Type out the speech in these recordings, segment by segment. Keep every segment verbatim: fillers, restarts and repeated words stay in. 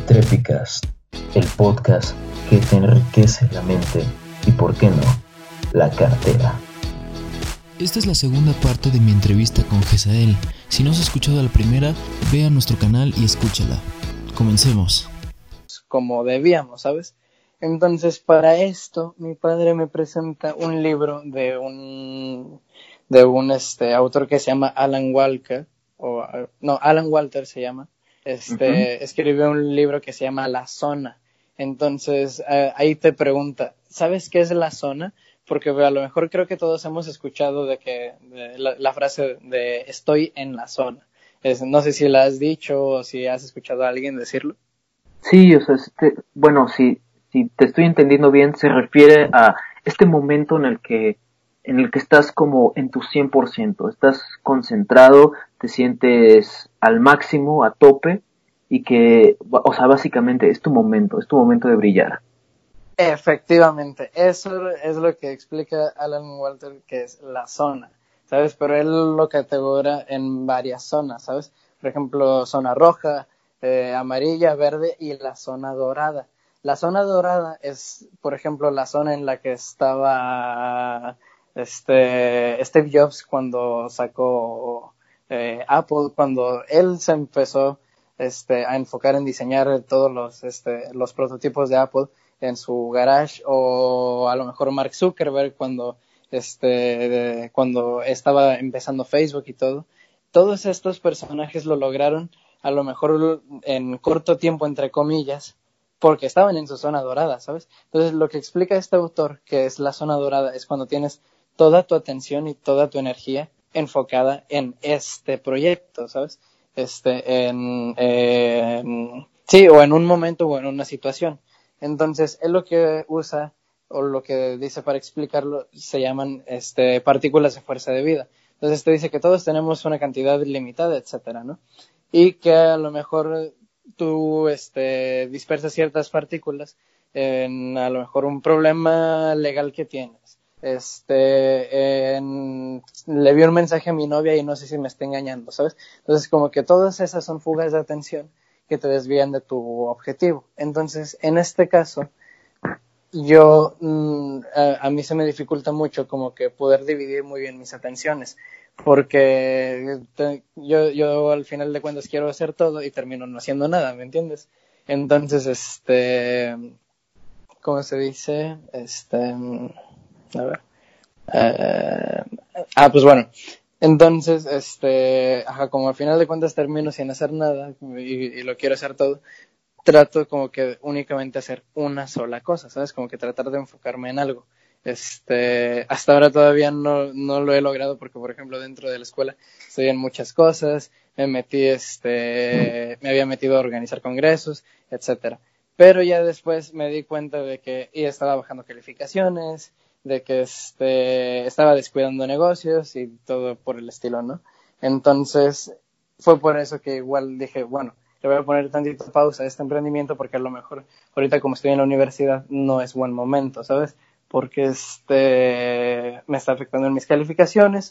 Trepicast, el podcast que te enriquece la mente y, por qué no, la cartera. Esta es la segunda parte de mi entrevista con Gesael. Si no has escuchado la primera, ve a nuestro canal y escúchala. Comencemos. Como debíamos, ¿sabes? Entonces, para esto, mi padre me presenta un libro de un de un este autor que se llama Alan Walker, o no, Alan Walter se llama. Este, uh-huh. Escribió un libro que se llama La Zona. Entonces, eh, ahí te pregunta, ¿sabes qué es la zona? Porque a lo mejor creo que todos hemos escuchado de que de la, la frase de estoy en la zona. Es, no sé si la has dicho o si has escuchado a alguien decirlo. Sí, o sea, este, bueno, si, si te estoy entendiendo bien, se refiere a este momento en el que en el que estás como en tu cien por ciento, estás concentrado, te sientes al máximo, a tope, y que, o sea, básicamente es tu momento, es tu momento de brillar. Efectivamente, eso es lo que explica Alan Walter, que es la zona, ¿sabes? Pero él lo categoriza en varias zonas, ¿sabes? Por ejemplo, zona roja, eh, amarilla, verde y la zona dorada. La zona dorada es, por ejemplo, la zona en la que estaba este Steve Jobs cuando sacó eh, Apple, cuando él se empezó este, a enfocar en diseñar todos los, este, los prototipos de Apple en su garage, o a lo mejor Mark Zuckerberg cuando este de, cuando estaba empezando Facebook y todo. Todos estos personajes lo lograron a lo mejor en corto tiempo, entre comillas, porque estaban en su zona dorada, ¿sabes? Entonces, lo que explica este autor, que es la zona dorada, es cuando tienes toda tu atención y toda tu energía enfocada en este proyecto, ¿sabes? Este, en, en sí, o en un momento o en una situación. Entonces, él lo que usa, o lo que dice para explicarlo, se llaman este, partículas de fuerza de vida. Entonces, te dice que todos tenemos una cantidad limitada, etcétera, ¿no? Y que a lo mejor tú este, dispersas ciertas partículas en a lo mejor un problema legal que tienes. Este, en, le vi un mensaje a mi novia y no sé si me está engañando, ¿sabes? Entonces, como que todas esas son fugas de atención que te desvían de tu objetivo. Entonces, en este caso, yo, mm, a, a mí se me dificulta mucho como que poder dividir muy bien mis atenciones, porque te, yo, yo al final de cuentas quiero hacer todo y termino no haciendo nada, ¿me entiendes? Entonces, este, ¿cómo se dice? Este, a ver, eh, ah, pues bueno, entonces, este, ajá, como al final de cuentas termino sin hacer nada y, y lo quiero hacer todo, trato como que únicamente hacer una sola cosa, ¿sabes? Como que tratar de enfocarme en algo. Este, hasta ahora todavía no, no lo he logrado porque, por ejemplo, dentro de la escuela estoy en muchas cosas, me metí, este, me había metido a organizar congresos, etcétera. Pero ya después me di cuenta de que y estaba bajando calificaciones, de que este, estaba descuidando negocios y todo por el estilo, ¿no? Entonces, fue por eso que igual dije, bueno, le voy a poner tantito pausa a este emprendimiento porque a lo mejor ahorita como estoy en la universidad no es buen momento, ¿sabes? Porque este me está afectando en mis calificaciones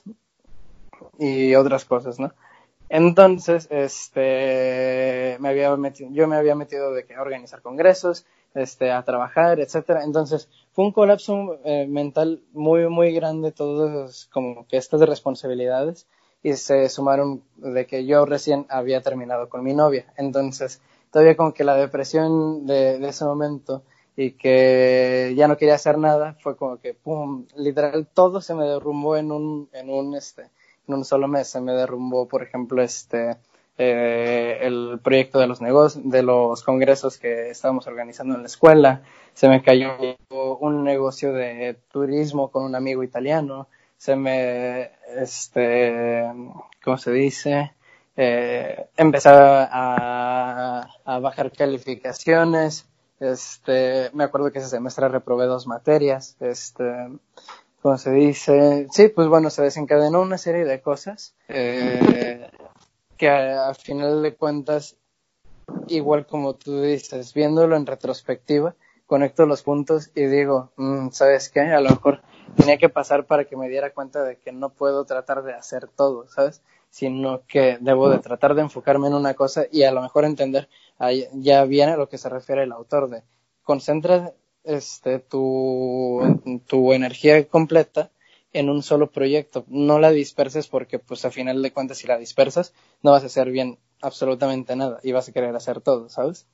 y otras cosas, ¿no? Entonces, este, me había metido, yo me había metido de que a organizar congresos, este, a trabajar, etcétera. Entonces, fue un colapso eh, mental muy, muy grande, todos como que estas responsabilidades, y se sumaron de que yo recién había terminado con mi novia. Entonces, todavía como que la depresión de, de ese momento y que ya no quería hacer nada, fue como que, pum, literal, todo se me derrumbó en un, en un, este, en un solo mes. Se me derrumbó, por ejemplo, este, eh, el proyecto de los negocios, de los congresos que estábamos organizando en la escuela. Se me cayó un negocio de turismo con un amigo italiano. Se me, este, ¿cómo se dice? Eh, empezaba a, a bajar calificaciones. Este, me acuerdo que ese semestre reprobé dos materias. Este, ¿cómo se dice? Sí, pues bueno, se desencadenó una serie de cosas eh, que a, a final de cuentas, igual como tú dices, viéndolo en retrospectiva, conecto los puntos y digo, mmm, ¿sabes qué? A lo mejor tenía que pasar para que me diera cuenta de que no puedo tratar de hacer todo, ¿sabes? Sino que debo de tratar de enfocarme en una cosa y a lo mejor entender, ahí ya viene a lo que se refiere el autor de concentra este, tu, tu energía completa en un solo proyecto, no la disperses porque pues a final de cuentas si la dispersas no vas a hacer bien absolutamente nada y vas a querer hacer todo, ¿sabes?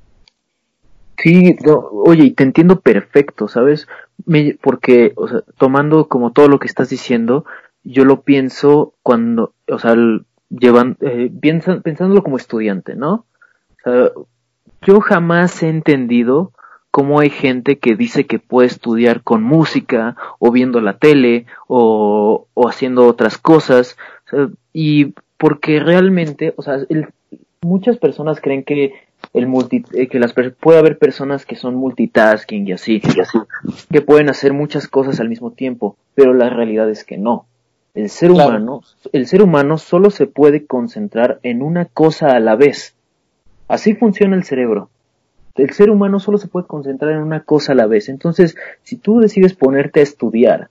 Sí, no, oye, y te entiendo perfecto, ¿sabes? Me, porque, o sea, tomando como todo lo que estás diciendo, yo lo pienso cuando, o sea, el- llevan, eh, piensa- pensándolo como estudiante, ¿no? O sea, yo jamás he entendido cómo hay gente que dice que puede estudiar con música, o viendo la tele, o, o haciendo otras cosas, o sea, y porque realmente, o sea, el- muchas personas creen que el multi, eh, que las per- puede haber personas que son multitasking y así, y así, que pueden hacer muchas cosas al mismo tiempo, pero la realidad es que no. El ser Claro, humano, el ser humano solo se puede concentrar en una cosa a la vez. Así funciona el cerebro. El ser humano solo se puede concentrar en una cosa a la vez. Entonces, si tú decides ponerte a estudiar,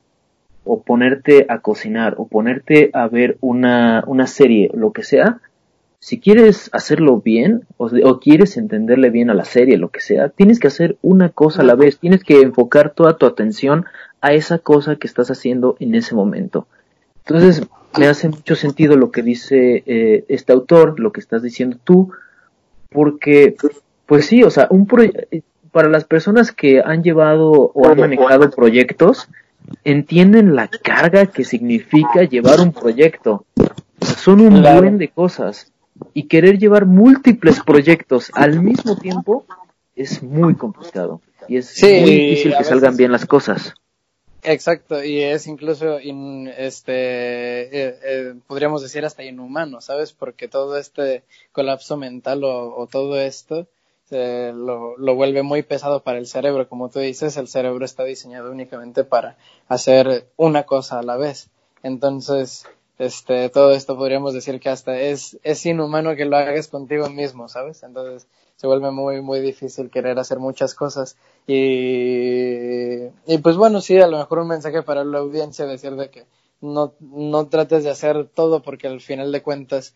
o ponerte a cocinar, o ponerte a ver una, una serie, lo que sea, si quieres hacerlo bien, o, o quieres entenderle bien a la serie, lo que sea, tienes que hacer una cosa a la vez. Tienes que enfocar toda tu atención a esa cosa que estás haciendo en ese momento. Entonces, me hace mucho sentido lo que dice eh, este autor, lo que estás diciendo tú, porque, pues sí, o sea, un pro para las personas que han llevado o han manejado proyectos, entienden la carga que significa llevar un proyecto. O sea, son un claro. buen de cosas. Y querer llevar múltiples proyectos al mismo tiempo es muy complicado. Y es Sí, muy difícil y a que salgan veces, bien las cosas. exacto, y es incluso, in- este, eh, eh, podríamos decir hasta inhumano, ¿sabes? Porque todo este colapso mental o, o todo esto eh, lo, lo vuelve muy pesado para el cerebro. Como tú dices, el cerebro está diseñado únicamente para hacer una cosa a la vez. Entonces, este, todo esto podríamos decir que hasta es, es inhumano que lo hagas contigo mismo, ¿sabes? Entonces, se vuelve muy, muy difícil querer hacer muchas cosas. Y, y pues bueno, sí, a lo mejor un mensaje para la audiencia, decir de que no, no trates de hacer todo porque al final de cuentas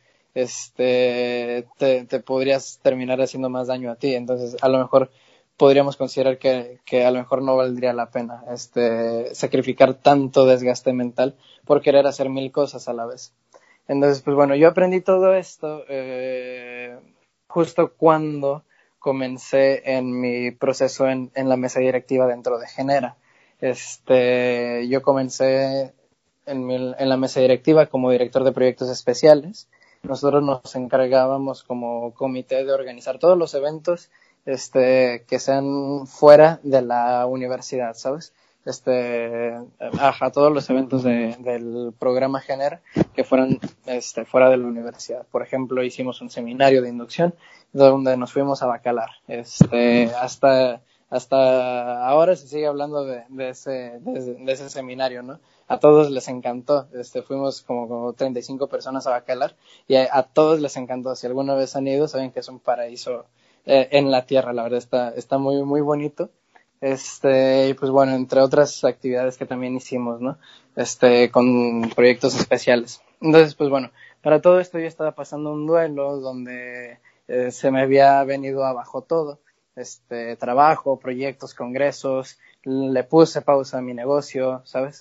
este te, te podrías terminar haciendo más daño a ti. Entonces, a lo mejor podríamos considerar que, que a lo mejor no valdría la pena este sacrificar tanto desgaste mental por querer hacer mil cosas a la vez. Entonces, pues bueno, yo aprendí todo esto eh, justo cuando comencé en mi proceso en, en la mesa directiva dentro de Genera. Este, yo comencé en, mi, en la mesa directiva como director de proyectos especiales. Nosotros nos encargábamos como comité de organizar todos los eventos este, que sean fuera de la universidad, ¿sabes? Este, ajá, todos los eventos de, del programa Genera que fueran este, fuera de la universidad. Por ejemplo, hicimos un seminario de inducción donde nos fuimos a Bacalar. Este, hasta, hasta ahora se sigue hablando de, de, ese, de, de ese seminario, ¿no? A todos les encantó. Este, fuimos como, como treinta y cinco personas a Bacalar y a, a todos les encantó. Si alguna vez han ido, saben que es un paraíso eh, en la tierra. La verdad está, está muy, muy bonito. Este, y pues bueno, entre otras actividades que también hicimos, ¿no? Este, con proyectos especiales. Entonces, pues bueno, para todo esto yo estaba pasando un duelo donde eh, se me había venido abajo todo. Este, trabajo, proyectos, congresos, le puse pausa a mi negocio, ¿sabes?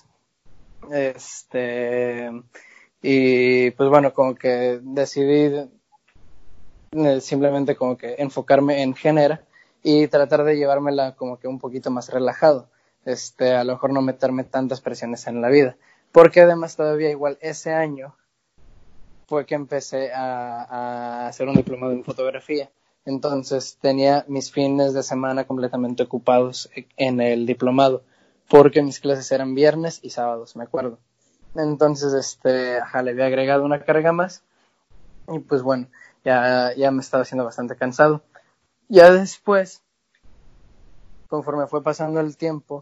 Este, y pues bueno, como que decidí eh, simplemente como que enfocarme en Genera y tratar de llevármela como que un poquito más relajado, este, a lo mejor no meterme tantas presiones en la vida, porque además todavía igual ese año fue que empecé a, a hacer un diplomado en fotografía, entonces tenía mis fines de semana completamente ocupados en el diplomado, porque mis clases eran viernes y sábados, me acuerdo, entonces este, ajá, le había agregado una carga más, y pues bueno, ya, ya me estaba haciendo bastante cansado. Ya después, conforme fue pasando el tiempo,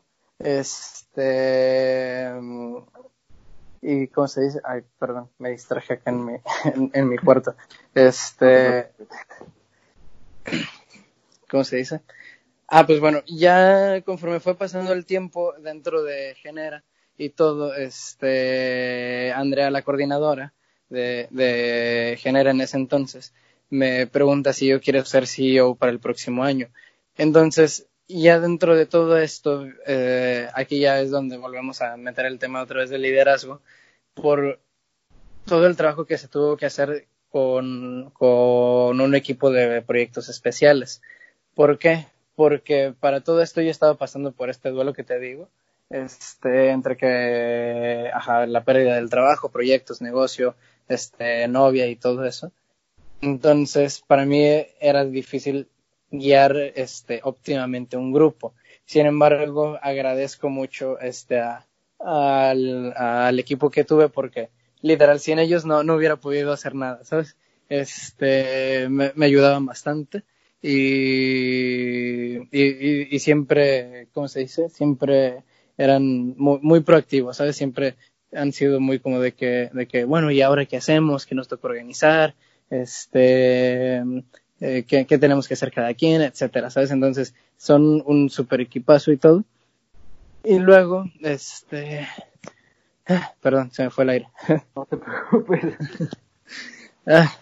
este, y ¿cómo se dice? Ay, perdón, me distraje acá en mi, en, en mi cuarto. Este, ¿cómo se dice? Ah, pues bueno, ya conforme fue pasando el tiempo dentro de Genera y todo, este, Andrea, la coordinadora de, de Genera en ese entonces, me pregunta si yo quiero ser C E O para el próximo año. Entonces, ya dentro de todo esto, eh, aquí ya es donde volvemos a meter el tema otra vez del liderazgo, por todo el trabajo que se tuvo que hacer con, con un equipo de proyectos especiales. ¿Por qué? Porque para todo esto yo estaba pasando por este duelo que te digo, este, entre que, ajá, la pérdida del trabajo, proyectos, negocio, este, novia y todo eso. Entonces, para mí era difícil guiar, este, óptimamente un grupo. Sin embargo, agradezco mucho, este, a, al, al equipo que tuve porque, literal, sin ellos no, no hubiera podido hacer nada, ¿sabes? Este, me, me ayudaban bastante. Y, y, y, y siempre, ¿cómo se dice? Siempre eran muy, muy proactivos, ¿sabes? Siempre han sido muy como de que, de que, bueno, ¿y ahora qué hacemos? ¿Qué nos toca organizar? Este, eh, ¿qué, qué tenemos que hacer cada quien? Etcétera, ¿sabes? Entonces, son un super equipazo y todo. Y luego, este, perdón, se me fue el aire. No te preocupes. ah.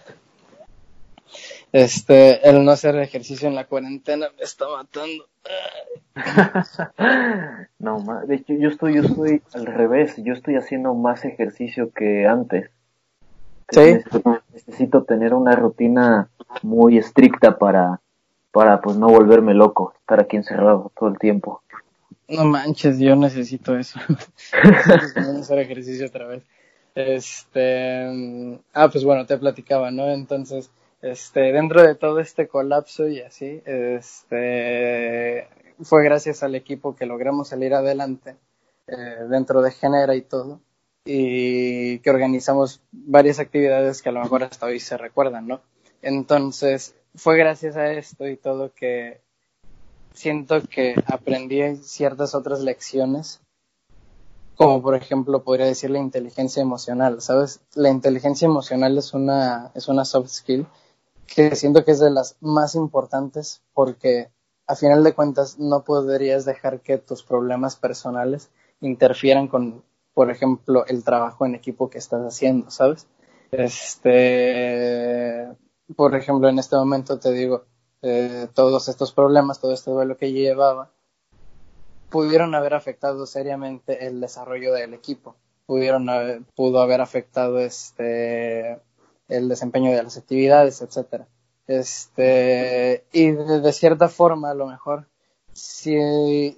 Este, el no hacer ejercicio en la cuarentena me está matando. No, ma, de hecho yo estoy, yo estoy al revés, yo estoy haciendo más ejercicio que antes. ¿Sí? Necesito, necesito tener una rutina muy estricta para, para pues no volverme loco, estar aquí encerrado todo el tiempo. No manches, yo necesito eso. Necesito hacer ejercicio otra vez. Este, ah, pues bueno, te platicaba, ¿no? Entonces, Este, dentro de todo este colapso y así, este, fue gracias al equipo que logramos salir adelante eh, dentro de Genera y todo, y que organizamos varias actividades que a lo mejor hasta hoy se recuerdan, ¿no? Entonces, fue gracias a esto y todo que siento que aprendí ciertas otras lecciones, como por ejemplo podría decir la inteligencia emocional, ¿sabes? La inteligencia emocional es una, es una soft skill que siento que es de las más importantes porque a final de cuentas no podrías dejar que tus problemas personales interfieran con, por ejemplo, el trabajo en equipo que estás haciendo, ¿sabes? Este, por ejemplo, en este momento te digo, eh, todos estos problemas, todo este duelo que llevaba, pudieron haber afectado seriamente el desarrollo del equipo, pudieron haber, pudo haber afectado este el desempeño de las actividades, etcétera. Este, y de, de cierta forma, a lo mejor, si,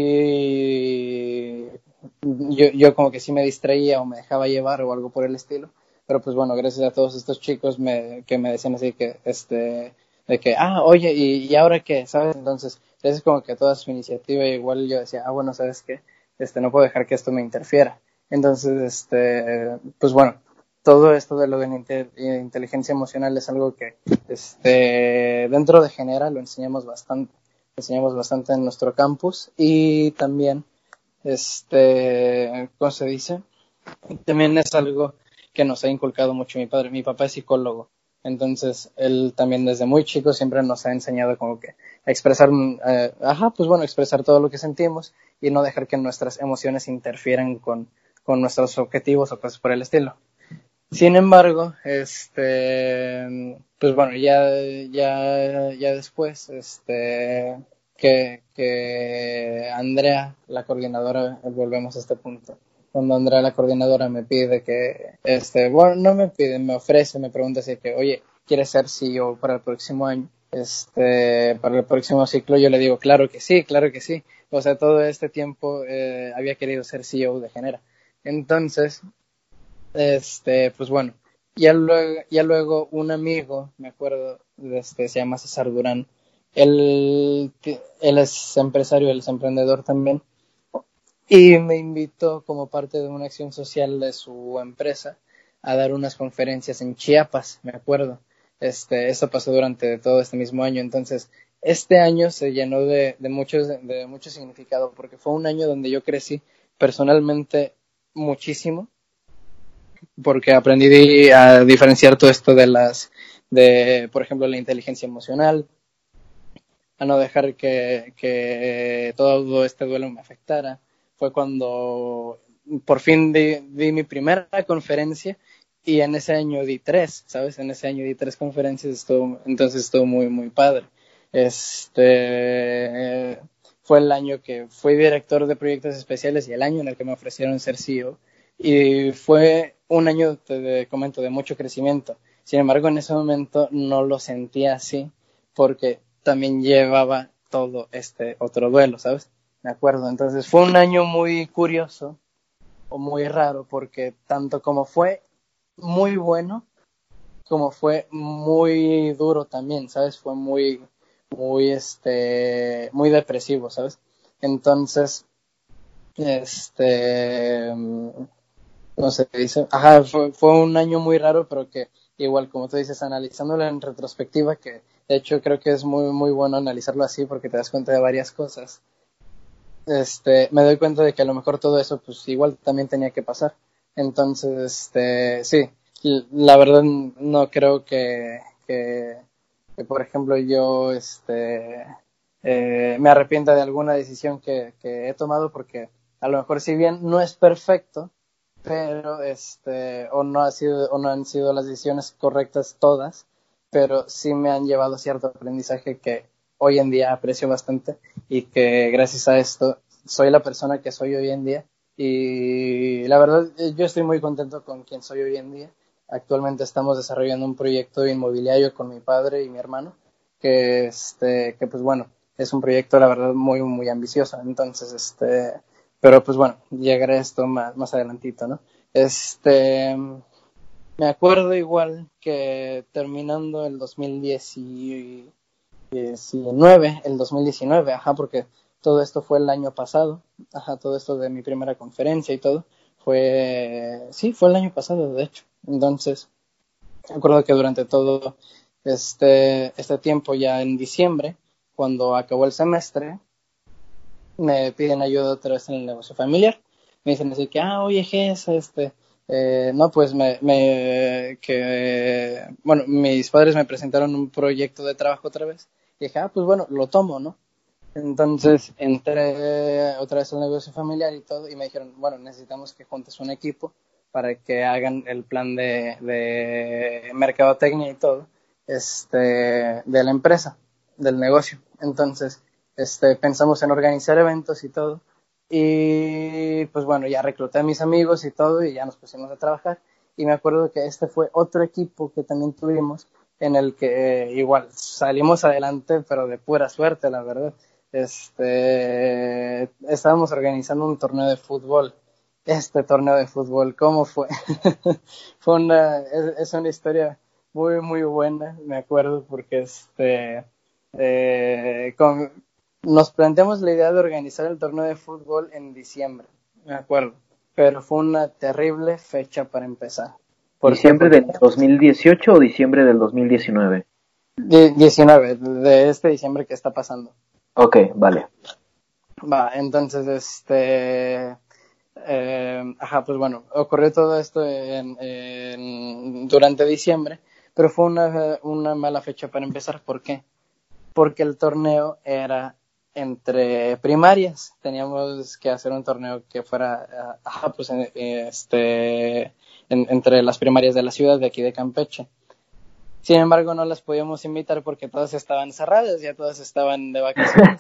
si yo, yo como que sí me distraía o me dejaba llevar o algo por el estilo, pero pues bueno, gracias a todos estos chicos me, que me decían así que, este, de que, ah, oye, ¿y, y ahora qué? ¿Sabes? Entonces, es como que toda su iniciativa, igual yo decía, ah, bueno, ¿sabes qué? Este, no puedo dejar que esto me interfiera. Entonces, este, pues bueno, todo esto de lo de la inteligencia emocional es algo que este, dentro de Genera lo enseñamos bastante, enseñamos bastante en nuestro campus y también, este, ¿cómo se dice? También es algo que nos ha inculcado mucho mi padre. Mi papá es psicólogo, entonces él también desde muy chico siempre nos ha enseñado como que a expresar, eh, ajá, pues bueno, expresar todo lo que sentimos y no dejar que nuestras emociones interfieran con, con nuestros objetivos o cosas por el estilo. Sin embargo, este, pues bueno, ya, ya, ya después, este, que, que Andrea, la coordinadora, volvemos a este punto, cuando Andrea, la coordinadora, me pide que, este, bueno, no me pide, me ofrece, me pregunta si que, oye, ¿quieres ser C E O para el próximo año? Este, para el próximo ciclo, yo le digo, claro que sí, claro que sí. O sea, todo este tiempo eh, había querido ser C E O de Genera. Entonces, este, pues bueno, ya luego, ya luego un amigo, me acuerdo, este, se llama César Durán, él, él es empresario, él es emprendedor también, y me invitó como parte de una acción social de su empresa a dar unas conferencias en Chiapas, me acuerdo. Este, eso pasó durante todo este mismo año, entonces este año se llenó de, de, mucho, de mucho significado, porque fue un año donde yo crecí personalmente muchísimo, porque aprendí a diferenciar todo esto de las, de, por ejemplo, la inteligencia emocional, a no dejar que, que todo este duelo me afectara. Fue cuando por fin di, di mi primera conferencia y en ese año di tres, ¿sabes? En ese año di tres conferencias, estuvo, entonces estuvo muy, muy padre. Este, fue el año que fui director de proyectos especiales y el año en el que me ofrecieron ser C E O. Y fue un año, te comento, de mucho crecimiento. Sin embargo, en ese momento no lo sentía así porque también llevaba todo este otro duelo, ¿sabes? Me acuerdo. Entonces fue un año muy curioso o muy raro porque tanto como fue muy bueno, como fue muy duro también, ¿sabes? Fue muy, muy, este, muy depresivo, ¿sabes? Entonces, este, no sé qué dice. Ajá, fue, fue un año muy raro, pero que igual, como tú dices, analizándolo en retrospectiva, que de hecho creo que es muy, muy bueno analizarlo así porque te das cuenta de varias cosas. Este, me doy cuenta de que a lo mejor todo eso, pues igual también tenía que pasar. Entonces, este, sí, la verdad no creo que, que, que por ejemplo, yo, este, eh, me arrepienta de alguna decisión que, que he tomado porque a lo mejor si bien no es perfecto, pero este, o no ha sido, o no han sido las decisiones correctas todas, pero sí me han llevado cierto aprendizaje que hoy en día aprecio bastante y que gracias a esto soy la persona que soy hoy en día y la verdad yo estoy muy contento con quien soy hoy en día. Actualmente estamos desarrollando un proyecto inmobiliario con mi padre y mi hermano que este que pues bueno, es un proyecto la verdad muy muy ambicioso, entonces este pero pues bueno, llegaré a esto más más adelantito, ¿no? Este me acuerdo igual que terminando el dos mil diecinueve, el dos mil diecinueve, ajá, porque todo esto fue el año pasado, ajá, todo esto de mi primera conferencia y todo, fue, sí, fue el año pasado, de hecho. Entonces, me acuerdo que durante todo este, este tiempo, ya en diciembre, cuando acabó el semestre, me piden ayuda otra vez en el negocio familiar. Me dicen así que, ah, oye, Ges, este, eh, no, pues me, me, que, bueno, mis padres me presentaron un proyecto de trabajo otra vez. Y dije, ah, pues bueno, lo tomo, ¿no? Entonces entré otra vez al negocio familiar y todo, y me dijeron, bueno, necesitamos que juntes un equipo para que hagan el plan de, de mercadotecnia y todo, este, de la empresa, del negocio. Entonces, este, pensamos en organizar eventos y todo, y pues bueno, ya recluté a mis amigos y todo, y ya nos pusimos a trabajar, y me acuerdo que este fue otro equipo que también tuvimos, en el que eh, igual salimos adelante, pero de pura suerte, la verdad. Este, estábamos organizando un torneo de fútbol. Este torneo de fútbol, ¿cómo fue? Fue una, es, es una historia muy, muy buena, me acuerdo, porque este, eh, con, nos planteamos la idea de organizar el torneo de fútbol en diciembre, me acuerdo, pero fue una terrible fecha para empezar. ¿Diciembre del dos mil dieciocho o diciembre del dos mil diecinueve? diecinueve, de este diciembre que está pasando. Ok, vale. Va, entonces, este, eh, ajá, pues bueno, ocurrió todo esto en, en, durante diciembre, pero fue una, una mala fecha para empezar. ¿Por qué? Porque el torneo era entre primarias. Teníamos que hacer un torneo que fuera, ajá, pues, este, en, entre las primarias de la ciudad de aquí de Campeche. Sin embargo, no las podíamos invitar porque todas estaban cerradas, ya todas estaban de vacaciones.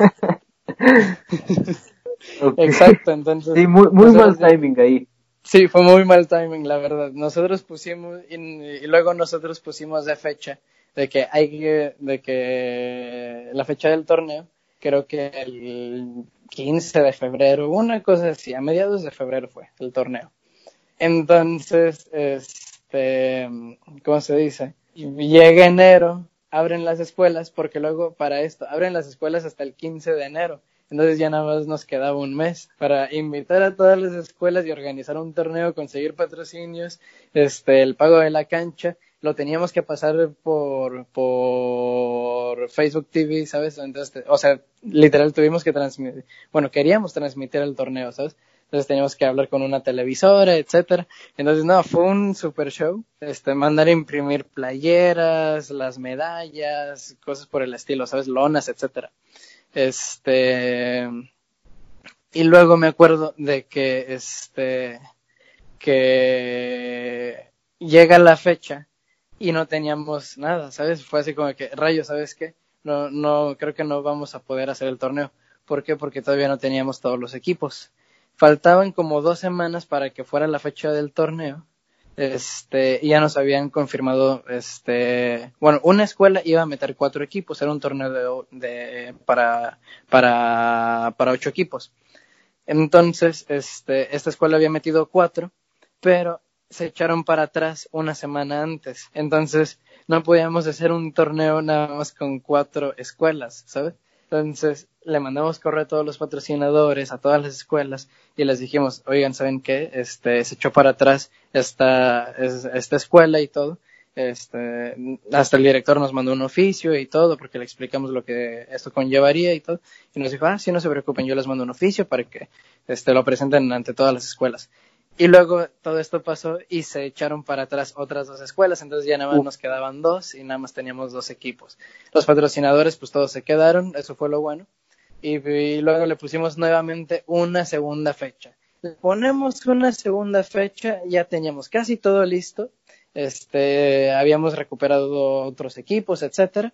Okay. Exacto, entonces... Sí, muy, muy mal timing ahí. Sí, fue muy mal timing, la verdad. Nosotros pusimos, y, y luego nosotros pusimos de fecha, de que hay que, de que la fecha del torneo, creo que el quince de febrero, una cosa así, a mediados de febrero fue el torneo. Entonces, este, ¿cómo se dice? Llega enero, abren las escuelas, porque luego para esto, abren las escuelas hasta el quince de enero. Entonces ya nada más nos quedaba un mes para invitar a todas las escuelas y organizar un torneo, conseguir patrocinios, este, el pago de la cancha. Lo teníamos que pasar por, por Facebook T V, ¿sabes? Entonces, o sea, literal tuvimos que transmitir, bueno, queríamos transmitir el torneo, ¿sabes? entonces teníamos que hablar con una televisora, etcétera. Entonces, no, fue un super show, este, mandar a imprimir playeras, las medallas, cosas por el estilo, ¿sabes? Lonas, etcétera. Este, y luego me acuerdo de que, este, que llega la fecha y no teníamos nada, ¿sabes? Fue así como que, rayos, ¿sabes qué? No, no, creo que no vamos a poder hacer el torneo. ¿Por qué? Porque todavía no teníamos todos los equipos. Faltaban como dos semanas para que fuera la fecha del torneo. Este, y ya nos habían confirmado, este, bueno, una escuela iba a meter cuatro equipos, era un torneo de, de para, para, para ocho equipos. Entonces, este, esta escuela había metido cuatro, pero se echaron para atrás una semana antes. Entonces, no podíamos hacer un torneo nada más con cuatro escuelas, ¿sabes? Entonces, le mandamos correo a todos los patrocinadores, a todas las escuelas, y les dijimos, oigan, ¿saben qué? Este, se echó para atrás esta, esta escuela y todo. Este, hasta el director nos mandó un oficio y todo, porque le explicamos lo que esto conllevaría y todo. Y nos dijo, ah, sí, no se preocupen, yo les mando un oficio para que, este, lo presenten ante todas las escuelas. Y luego todo esto pasó y se echaron para atrás otras dos escuelas, entonces ya nada más nos quedaban dos y nada más teníamos dos equipos. Los patrocinadores pues todos se quedaron, eso fue lo bueno. Y, y luego le pusimos nuevamente una segunda fecha. Le ponemos una segunda fecha, ya teníamos casi todo listo, este, habíamos recuperado otros equipos, etcétera.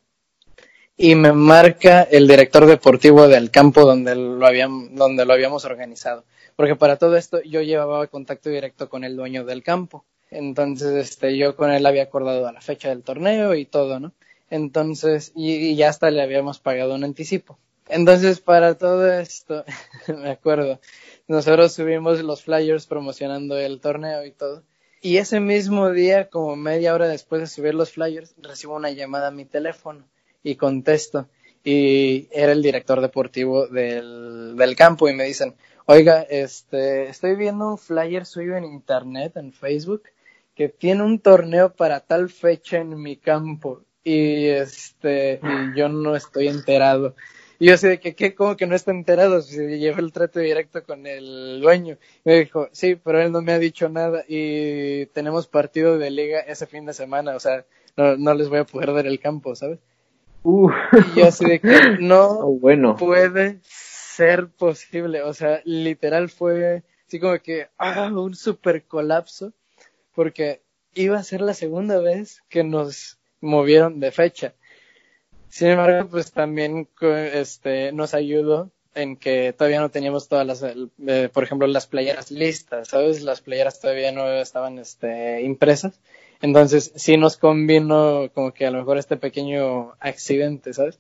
Y me marca el director deportivo del campo donde lo habíamos, donde lo habíamos organizado. Porque para todo esto yo llevaba contacto directo con el dueño del campo. Entonces, este, yo con él había acordado a la fecha del torneo y todo, ¿no? Entonces, y, y ya hasta le habíamos pagado un anticipo. Entonces, para todo esto, me acuerdo, nosotros subimos los flyers promocionando el torneo y todo. Y ese mismo día, como media hora después de subir los flyers, recibo una llamada a mi teléfono y contesto. Y era el director deportivo del, del campo y me dicen, oiga, este, estoy viendo un flyer suyo en internet, en Facebook, que tiene un torneo para tal fecha en mi campo y este, y yo no estoy enterado. Y yo así de que, ¿qué? ¿Cómo que no está enterado? Si llevo el trato directo con el dueño. Me dijo, sí, pero él no me ha dicho nada y tenemos partido de liga ese fin de semana, o sea, no, no les voy a poder dar el campo, ¿sabes? Uh. Y yo así de que no oh, bueno. puede ser posible, o sea, literal fue así como que ah, un super colapso, porque iba a ser la segunda vez que nos movieron de fecha. Sin embargo, pues también este nos ayudó en que todavía no teníamos todas las, eh, por ejemplo, las playeras listas, ¿sabes? Las playeras todavía no estaban este impresas. Entonces, sí nos convino como que a lo mejor este pequeño accidente, ¿sabes?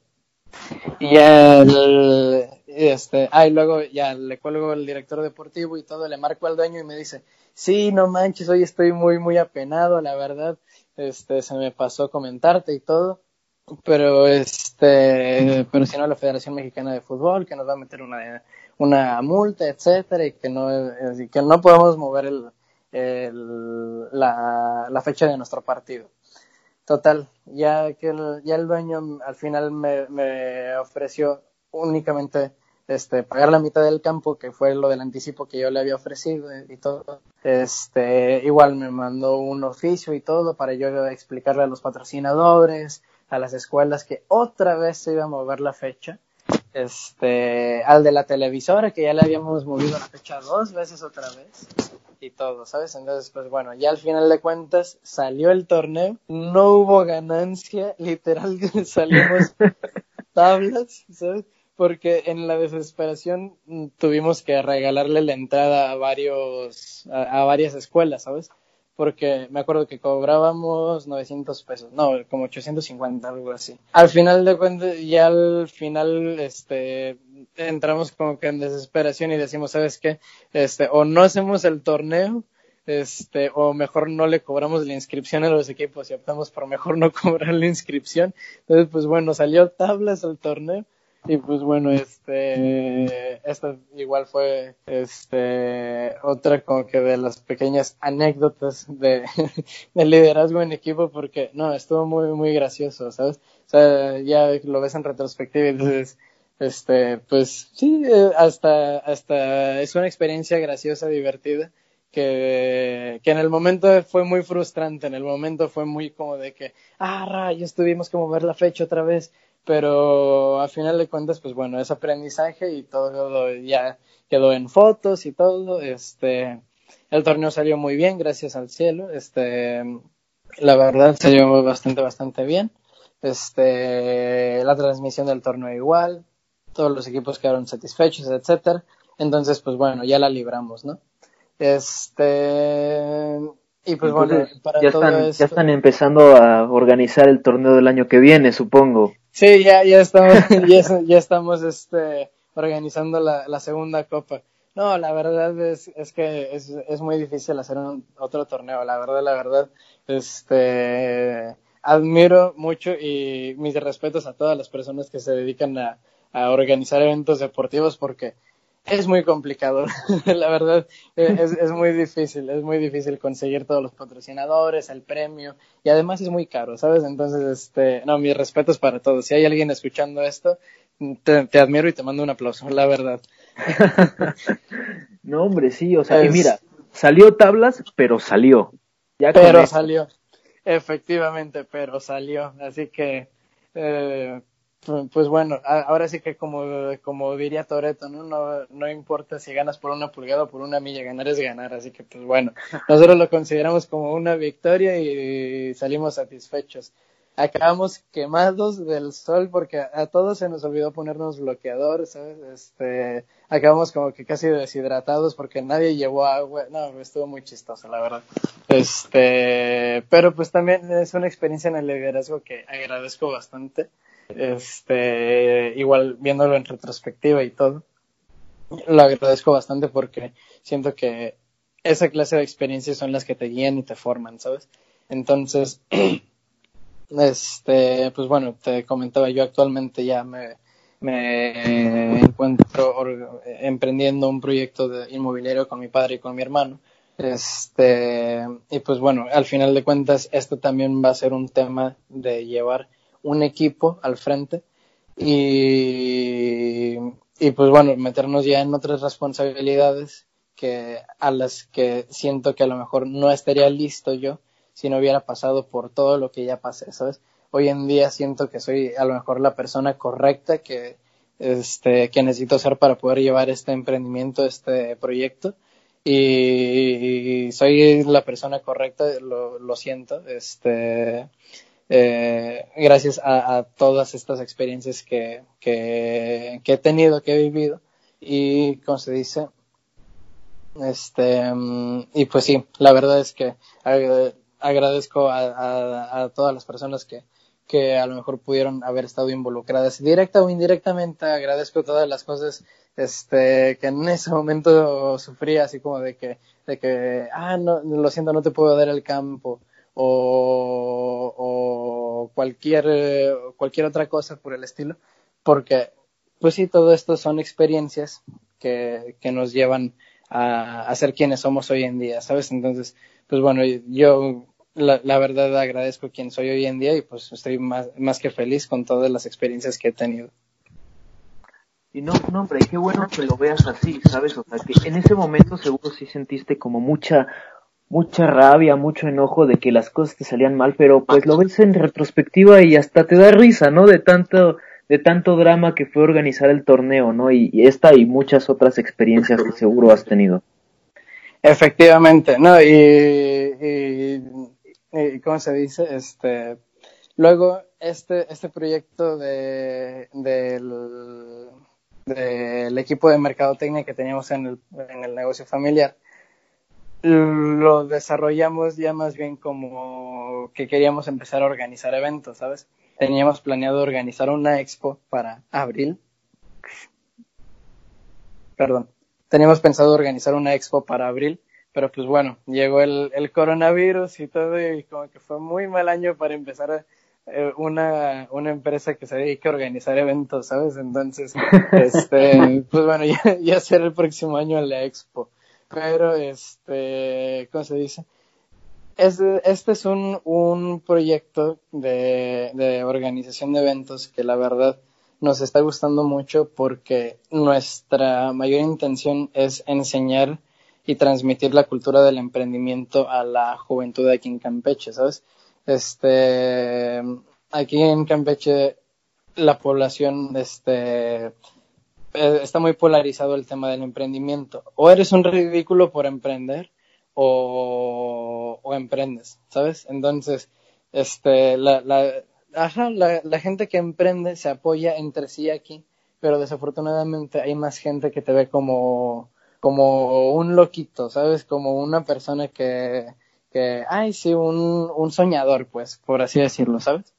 Y ya el, este, ah, y luego ya le cuelgo al director deportivo y todo, le marco al dueño y me dice, sí, no manches, hoy estoy muy, muy apenado, la verdad, este, se me pasó comentarte y todo, pero este, pero si no la Federación Mexicana de Fútbol, que nos va a meter una, una multa, etcétera, y que no, y que no podemos mover el, el, la, la fecha de nuestro partido. Total, ya que el, ya el dueño al final me, me ofreció únicamente este pagar la mitad del campo, que fue lo del anticipo que yo le había ofrecido y todo. Este, igual me mandó un oficio y todo para yo explicarle a los patrocinadores, a las escuelas que otra vez se iba a mover la fecha. Este, al de la televisora que ya le habíamos movido la fecha dos veces otra vez. Y todo, ¿sabes? Entonces, pues bueno, ya al final de cuentas salió el torneo, no hubo ganancia, literal salimos tablas, ¿sabes? Porque en la desesperación tuvimos que regalarle la entrada a varios, a, a varias escuelas, ¿sabes? Porque me acuerdo que cobrábamos novecientos pesos, no, como ochocientos cincuenta, algo así. Al final de cuentas, ya al final, este, entramos como que en desesperación y decimos, ¿sabes qué? Este, o no hacemos el torneo, este, o mejor no le cobramos la inscripción a los equipos y optamos por mejor no cobrar la inscripción. Entonces, pues bueno, salió tablas el torneo. Y pues bueno, este, esta igual fue, este, otra como que de las pequeñas anécdotas de, de liderazgo en equipo, porque no, estuvo muy, muy gracioso, ¿sabes? O sea, ya lo ves en retrospectiva y dices, Este, pues sí, eh, hasta, hasta es una experiencia graciosa, divertida, que, que en el momento fue muy frustrante, en el momento fue muy como de que, ah, rayos, tuvimos que mover la fecha otra vez, pero a final de cuentas, pues bueno, es aprendizaje y todo ya quedó en fotos y todo, este, el torneo salió muy bien, gracias al cielo, este, la verdad salió bastante, bastante bien, este, la transmisión del torneo igual, todos los equipos quedaron satisfechos, etcétera, entonces, pues bueno, ya la libramos, ¿no? Este, y pues Entonces, bueno, para ya todo están, esto, ya están empezando a organizar el torneo del año que viene, supongo. sí, ya, ya estamos, ya, ya estamos, este, organizando la, la segunda copa. No, la verdad es, es que es, es muy difícil hacer un, otro torneo, la verdad, la verdad, este, admiro mucho y mis respetos a todas las personas que se dedican a, a organizar eventos deportivos porque es muy complicado, la verdad, es, es muy difícil, es muy difícil conseguir todos los patrocinadores, el premio, y además es muy caro, ¿sabes? Entonces, este, no, mis respetos para todos. Si hay alguien escuchando esto, te, te admiro y te mando un aplauso, la verdad. No, hombre, sí, o sea, y Es, mira, salió tablas, pero salió. Ya con pero eso. salió, efectivamente, pero salió, así que, eh, pues bueno, ahora sí que como, como diría Toretto, ¿no? ¿no? No importa si ganas por una pulgada o por una milla, ganar es ganar, así que pues bueno, nosotros lo consideramos como una victoria y salimos satisfechos. Acabamos quemados del sol porque a, a todos se nos olvidó ponernos bloqueador, ¿sabes? Este, acabamos como que casi deshidratados porque nadie llevó agua, no, estuvo muy chistoso, la verdad. Este, pero pues también es una experiencia en el liderazgo que agradezco bastante. Este, igual viéndolo en retrospectiva y todo, lo agradezco bastante porque siento que esa clase de experiencias son las que te guían y te forman, ¿sabes? Entonces, este, pues bueno, te comentaba, yo actualmente ya me, me encuentro or, emprendiendo un proyecto de inmobiliario con mi padre y con mi hermano. Este, y pues bueno, al final de cuentas, esto también va a ser un tema de llevar un equipo al frente y, y pues bueno, meternos ya en otras responsabilidades que a las que siento que a lo mejor no estaría listo yo si no hubiera pasado por todo lo que ya pasé, ¿sabes? Hoy en día siento que soy a lo mejor la persona correcta que, este, que necesito ser para poder llevar este emprendimiento, este proyecto. Y soy la persona correcta, lo, lo siento, este, eh, gracias a, a todas estas experiencias que, que, que he tenido, que he vivido, y como se dice, este, y pues sí, la verdad es que agradezco a, a, a todas las personas que, que a lo mejor pudieron haber estado involucradas, directa o indirectamente. Agradezco todas las cosas este que en ese momento sufrí, así como de que, de que, ah, no, lo siento, no te puedo dar el campo, o, o cualquier, cualquier otra cosa por el estilo, porque, pues sí, todo esto son experiencias que, que nos llevan a, a ser quienes somos hoy en día, ¿sabes? Entonces, pues bueno, yo la, la verdad agradezco quien soy hoy en día y pues estoy más, más que feliz con todas las experiencias que he tenido. Y no, no, hombre, qué bueno que lo veas así, ¿sabes? O sea, que en ese momento seguro sí sentiste como mucha, mucha rabia, mucho enojo de que las cosas te salían mal, pero pues lo ves en retrospectiva y hasta te da risa, ¿no? De tanto, de tanto drama que fue organizar el torneo, ¿no? Y, y esta y muchas otras experiencias que seguro has tenido. Efectivamente, no, y, y, y ¿cómo se dice? Este, luego este, este proyecto de, del, del equipo de mercadotecnia que teníamos en el, en el negocio familiar, lo desarrollamos ya más bien como que queríamos empezar a organizar eventos, ¿sabes? Teníamos planeado organizar una expo para abril. Perdón. Teníamos pensado organizar una expo para abril, pero pues bueno, llegó el, el coronavirus y todo, y como que fue muy mal año para empezar a, eh, una, una empresa que se dedica a organizar eventos, ¿sabes? Entonces, este, pues bueno, ya, ya será el próximo año la expo. Pero, este, ¿cómo se dice? Este, este es un, un proyecto de, de organización de eventos que la verdad nos está gustando mucho porque nuestra mayor intención es enseñar y transmitir la cultura del emprendimiento a la juventud aquí en Campeche, ¿sabes? Este, aquí en Campeche la población, este, está muy polarizado el tema del emprendimiento. O eres un ridículo por emprender o, o emprendes, ¿sabes? Entonces, este, la, la, ajá, la, la gente que emprende se apoya entre sí aquí, pero desafortunadamente hay más gente que te ve como, como un loquito, ¿sabes? Como una persona que, que, ay, sí, un, un soñador, pues, por así decirlo, ¿sabes?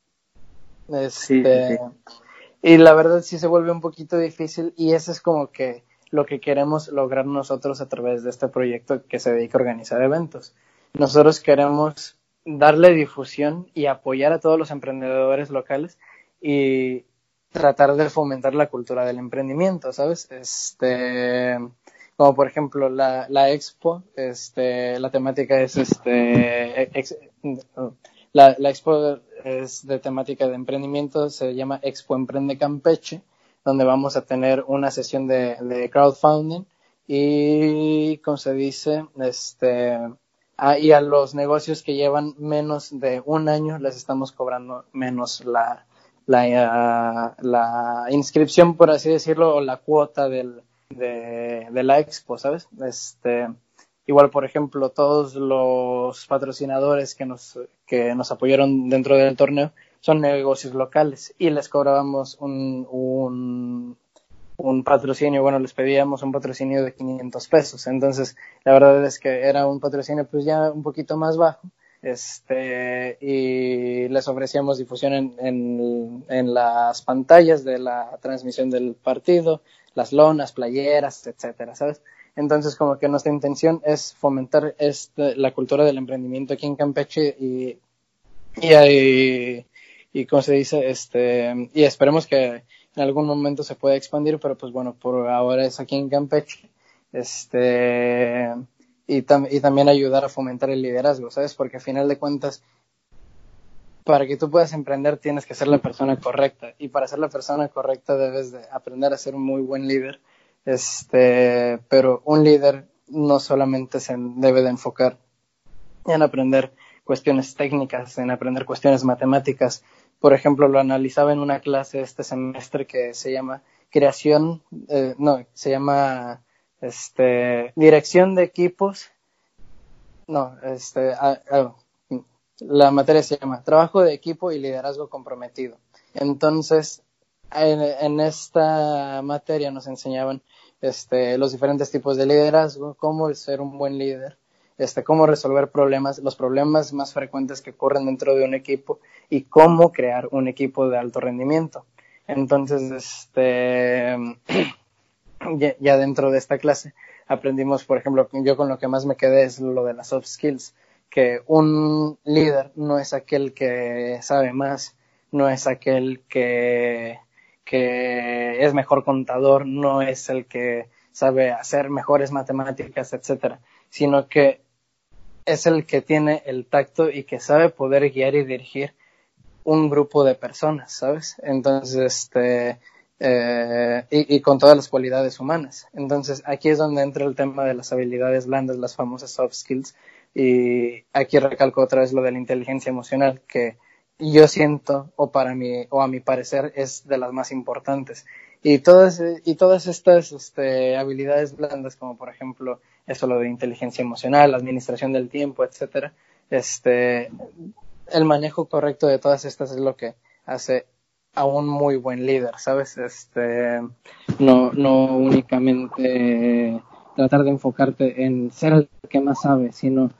Este, Sí, sí, sí. Y la verdad sí se vuelve un poquito difícil y eso es como que lo que queremos lograr nosotros a través de este proyecto que se dedica a organizar eventos. Nosotros queremos darle difusión y apoyar a todos los emprendedores locales y tratar de fomentar la cultura del emprendimiento, ¿sabes? Este, como por ejemplo la, la expo, este, la temática es este, ex, la, la expo es de temática de emprendimiento, se llama Expo Emprende Campeche, donde vamos a tener una sesión de, de crowdfunding y, como se dice, este, ah, y a los negocios que llevan menos de un año les estamos cobrando menos la, la, uh, la inscripción, por así decirlo, o la cuota del, de, de la expo, ¿sabes? Este, igual, por ejemplo, todos los patrocinadores que nos, que nos apoyaron dentro del torneo son negocios locales y les cobrábamos un, un, un patrocinio, bueno, les pedíamos un patrocinio de quinientos pesos. Entonces, la verdad es que era un patrocinio pues ya un poquito más bajo, este, y les ofrecíamos difusión en, en, en las pantallas de la transmisión del partido, las lonas, playeras, etcétera, ¿sabes? Entonces, como que nuestra intención es fomentar este, la cultura del emprendimiento aquí en Campeche y, y, y, y como se dice, este, y esperemos que en algún momento se pueda expandir, pero pues bueno, por ahora es aquí en Campeche, este, y, tam- y también ayudar a fomentar el liderazgo, ¿sabes? Porque a final de cuentas, para que tú puedas emprender tienes que ser la persona correcta, y para ser la persona correcta debes de aprender a ser un muy buen líder. Este, pero un líder no solamente se debe de enfocar en aprender cuestiones técnicas, en aprender cuestiones matemáticas. Por ejemplo, lo analizaba en una clase este semestre que se llama creación, eh, no, se llama este, dirección de equipos, no, este, ah, ah, la materia se llama trabajo de equipo y liderazgo comprometido. Entonces, en, en esta materia nos enseñaban este, los diferentes tipos de liderazgo, cómo ser un buen líder, este, cómo resolver problemas, los problemas más frecuentes que ocurren dentro de un equipo y cómo crear un equipo de alto rendimiento. Entonces, este, ya, ya dentro de esta clase aprendimos, por ejemplo, yo con lo que más me quedé es lo de las soft skills, que un líder no es aquel que sabe más, no es aquel que, que es mejor contador, no es el que sabe hacer mejores matemáticas, etcétera, sino que es el que tiene el tacto y que sabe poder guiar y dirigir un grupo de personas, ¿sabes? Entonces, este, eh, y, y con todas las cualidades humanas. Entonces, aquí es donde entra el tema de las habilidades blandas, las famosas soft skills, y aquí recalco otra vez lo de la inteligencia emocional, que yo siento, o para mí, o a mi parecer, es de las más importantes. Y todas, y todas estas este, habilidades blandas, como por ejemplo, eso lo de inteligencia emocional, administración del tiempo, etcétera, este, el manejo correcto de todas estas es lo que hace a un muy buen líder, ¿sabes? Este, no, no únicamente tratar de enfocarte en ser el que más sabe, sino,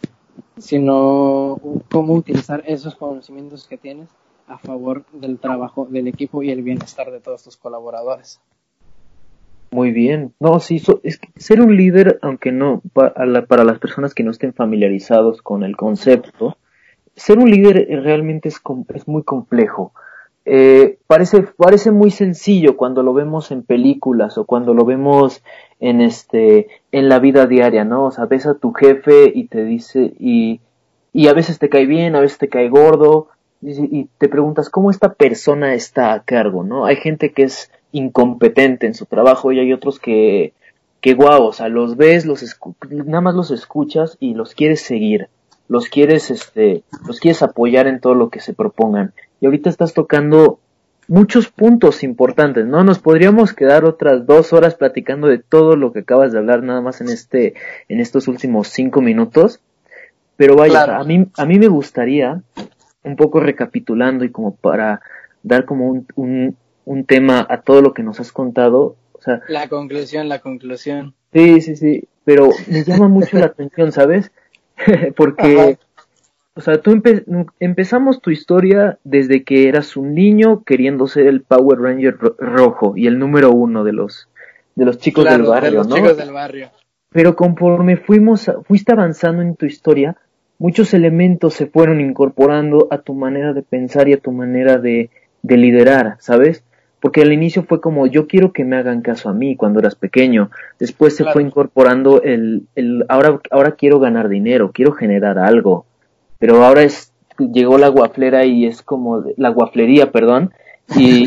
sino cómo utilizar esos conocimientos que tienes a favor del trabajo del equipo y el bienestar de todos tus colaboradores. Muy bien. No, sí, so, es que ser un líder, aunque no, para, la, para las personas que no estén familiarizados con el concepto, ser un líder realmente es, es muy complejo. Eh, parece, parece muy sencillo cuando lo vemos en películas o cuando lo vemos en este, en la vida diaria, ¿no? O sea, ves a tu jefe y te dice, y, y a veces te cae bien, a veces te cae gordo, y, y te preguntas, ¿cómo esta persona está a cargo, no? Hay gente que es incompetente en su trabajo y hay otros que, que guau, o sea, los ves, los escu- nada más los escuchas y los quieres seguir, los quieres, este, los quieres apoyar en todo lo que se propongan. Y ahorita estás tocando muchos puntos importantes, ¿no? Nos podríamos quedar otras dos horas platicando de todo lo que acabas de hablar nada más en este, en estos últimos cinco minutos. Pero vaya, Claro. a mí, a mí me gustaría, un poco recapitulando y como para dar como un, un, un tema a todo lo que nos has contado, o sea, La conclusión, la conclusión. sí, sí, sí, pero me llama mucho la atención, ¿sabes? Porque, Ajá. o sea, tú empe- empezamos tu historia desde que eras un niño queriendo ser el Power Ranger ro- rojo y el número uno de los, de los chicos Claro, del barrio, de los ¿no? chicos del barrio. Pero conforme fuimos, a- fuiste avanzando en tu historia, muchos elementos se fueron incorporando a tu manera de pensar y a tu manera de, de liderar, ¿sabes? Porque al inicio fue como, yo quiero que me hagan caso a mí cuando eras pequeño. Después se Claro. fue incorporando el, el ahora, ahora quiero ganar dinero, quiero generar algo. Pero ahora es, llegó la guaflera y es como, de- la guaflería, perdón, y,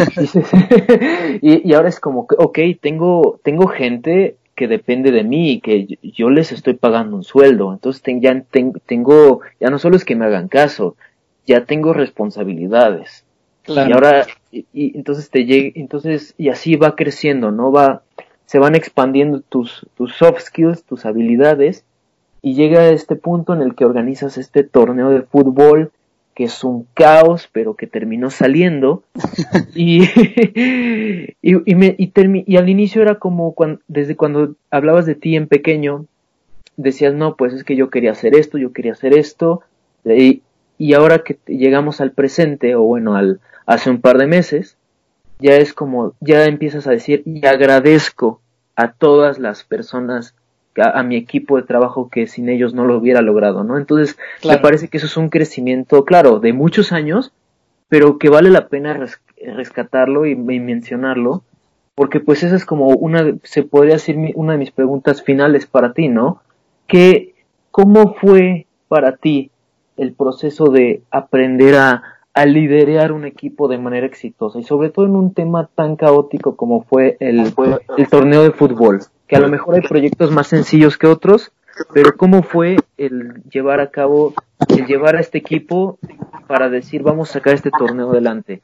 y, y ahora es como, que, ok, tengo, tengo gente que depende de mí y que yo, yo les estoy pagando un sueldo, entonces ten- ya ten- tengo, ya no solo es que me hagan caso, ya tengo responsabilidades. Claro. Y ahora, y, y entonces te llega, entonces, y así va creciendo, ¿no? Va, se van expandiendo tus, tus soft skills, tus habilidades, y llega a este punto en el que organizas este torneo de fútbol, que es un caos, pero que terminó saliendo, y, y, y, me, y, termi- y al inicio era como cuando, desde cuando hablabas de ti en pequeño, decías, no, pues es que yo quería hacer esto, yo quería hacer esto, y, y ahora que llegamos al presente, o bueno, al hace un par de meses, ya es como, ya empiezas a decir, y agradezco a todas las personas, a, a mi equipo de trabajo que sin ellos no lo hubiera logrado, ¿no? Entonces, Claro. me parece que eso es un crecimiento, claro, de muchos años, pero que vale la pena res, rescatarlo y, y mencionarlo, porque pues esa es como una, se podría decir mi, una de mis preguntas finales para ti, ¿no? Que, ¿cómo fue para ti el proceso de aprender a, a liderar un equipo de manera exitosa y sobre todo en un tema tan caótico como fue el, el torneo de fútbol, que a lo mejor hay proyectos más sencillos que otros, pero cómo fue el llevar a cabo, el llevar a este equipo para decir vamos a sacar este torneo adelante,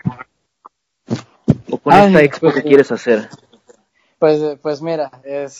o con Ay, esta expo pues, que quieres hacer? Pues, pues mira,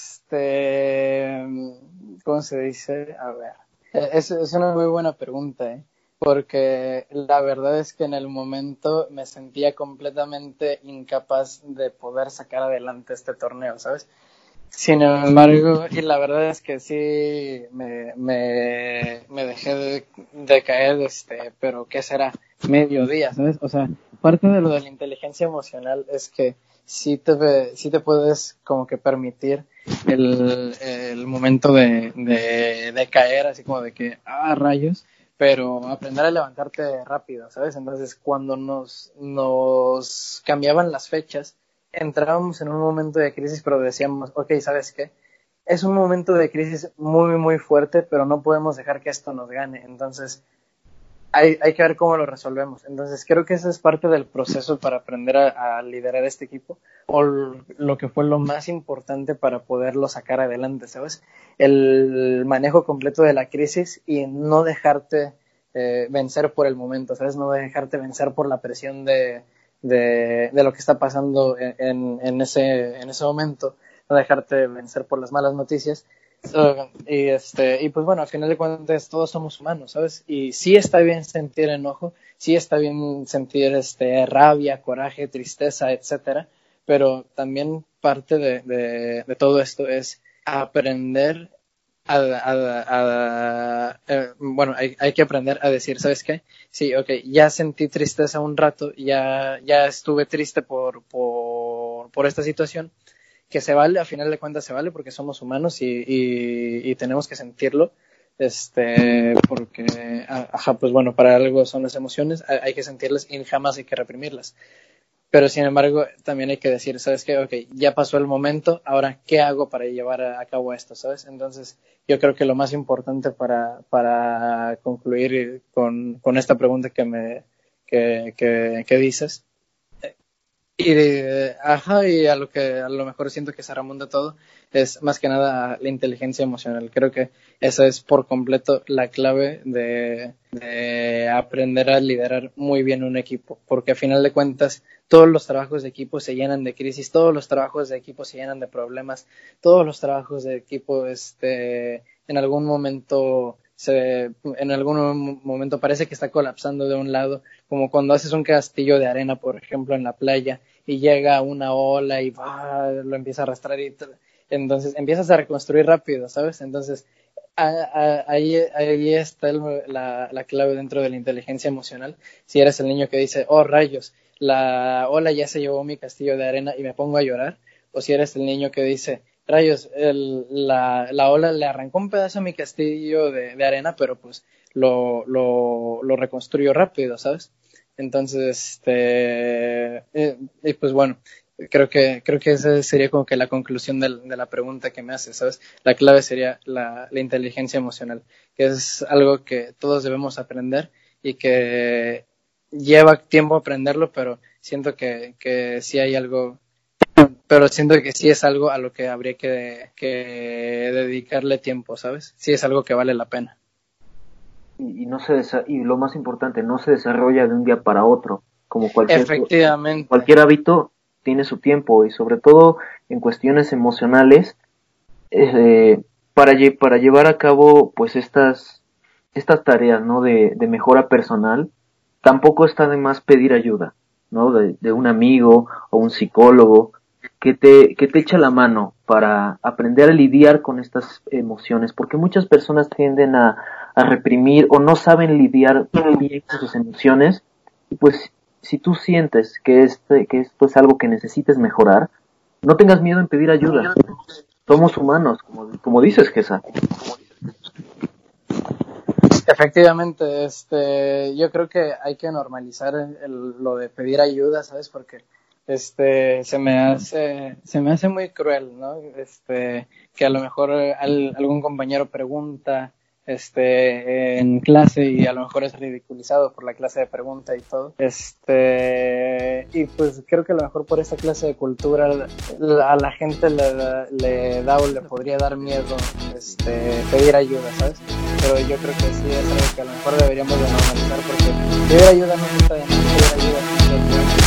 este, ¿cómo se dice? A ver, es, es una muy buena pregunta, ¿eh? Porque la verdad es que en el momento me sentía completamente incapaz de poder sacar adelante este torneo, ¿sabes? Sin embargo, y la verdad es que sí me, me, me dejé de, de caer, este, pero ¿qué será? Mediodía, ¿sabes? O sea, parte de lo de la inteligencia emocional es que sí te, sí te puedes como que permitir el, el momento de, de, de caer, así como de que, ah, rayos, pero aprender a levantarte rápido, ¿sabes? Entonces, cuando nos, nos cambiaban las fechas, entrábamos en un momento de crisis, pero decíamos, ok, ¿sabes qué? Es un momento de crisis muy, muy fuerte, pero no podemos dejar que esto nos gane. Entonces, hay, hay que ver cómo lo resolvemos. Entonces, creo que esa es parte del proceso para aprender a, a liderar este equipo, o lo que fue lo más importante para poderlo sacar adelante, ¿sabes? El manejo completo de la crisis y no dejarte eh, vencer por el momento, ¿sabes? No dejarte vencer por la presión de De, de lo que está pasando en, en, en, ese, en ese momento, no dejarte vencer por las malas noticias. Uh, y, este, y pues bueno, al final de cuentas todos somos humanos, ¿sabes? Y sí está bien sentir enojo, sí está bien sentir este, rabia, coraje, tristeza, etcétera, pero también parte de, de, de todo esto es aprender a, a, a, eh, bueno, hay, hay que aprender a decir, ¿sabes qué? Sí, ok, ya sentí tristeza un rato, ya, ya estuve triste por, por, por esta situación, que se vale, a final de cuentas se vale porque somos humanos y, y, y tenemos que sentirlo, este, porque, ajá, pues bueno, para algo son las emociones, hay que sentirlas y jamás hay que reprimirlas. Pero sin embargo, también hay que decir, ¿sabes qué? Ok, ya pasó el momento, ahora, ¿qué hago para llevar a, a cabo esto? ¿Sabes? Entonces, yo creo que lo más importante para, para concluir con, con esta pregunta que me que, que, que dices, Y de, ajá, y a lo que a lo mejor siento que se remonta todo es más que nada la inteligencia emocional. Creo que esa es por completo la clave de, de aprender a liderar muy bien un equipo, porque a final de cuentas todos los trabajos de equipo se llenan de crisis, todos los trabajos de equipo se llenan de problemas, todos los trabajos de equipo este en algún momento se en algún momento parece que está colapsando de un lado, como cuando haces un castillo de arena, por ejemplo, en la playa, y llega una ola y bah, lo empieza a arrastrar y t- entonces empiezas a reconstruir rápido, ¿sabes? Entonces a, a, ahí, ahí está el, la, la clave dentro de la inteligencia emocional. Si eres el niño que dice, oh rayos, la ola ya se llevó mi castillo de arena y me pongo a llorar, o si eres el niño que dice, rayos, el, la, la ola le arrancó un pedazo a mi castillo de, de arena, pero pues lo, lo, lo reconstruyo rápido, ¿sabes? Entonces, este, eh, y pues bueno, creo que creo que esa sería como que la conclusión del, de la pregunta que me haces, ¿sabes? La clave sería la, la inteligencia emocional, que es algo que todos debemos aprender y que lleva tiempo aprenderlo, pero siento que, que sí hay algo, pero siento que sí es algo a lo que habría que, que dedicarle tiempo, ¿sabes? Sí es algo que vale la pena. Y, y no se desa- y lo más importante, no se desarrolla de un día para otro, como cualquier Efectivamente. cualquier hábito tiene su tiempo, y sobre todo en cuestiones emocionales, eh, para lle- para llevar a cabo pues estas estas tareas, ¿no? de, de mejora personal, tampoco está de más pedir ayuda, ¿no? De, de un amigo o un psicólogo que te que te echa la mano para aprender a lidiar con estas emociones, porque muchas personas tienden a a reprimir o no saben lidiar bien con sus emociones. Y pues si tú sientes que este que esto es algo que necesites mejorar, no tengas miedo en pedir ayuda. Somos humanos, como, como dices, Gesa. Efectivamente, este, yo creo que hay que normalizar el, el- lo de pedir ayuda, ¿sabes? Porque este se me hace se me hace muy cruel, ¿no? Este, que a lo mejor al- algún compañero pregunta este en clase y a lo mejor es ridiculizado por la clase de pregunta y todo. Este, y pues creo que a lo mejor por esta clase de cultura la- a la gente le, le da o le podría dar miedo este pedir ayuda, ¿sabes? Pero yo creo que sí es algo que a lo mejor deberíamos de normalizar, porque pedir ayuda no está de más, pedir ayuda es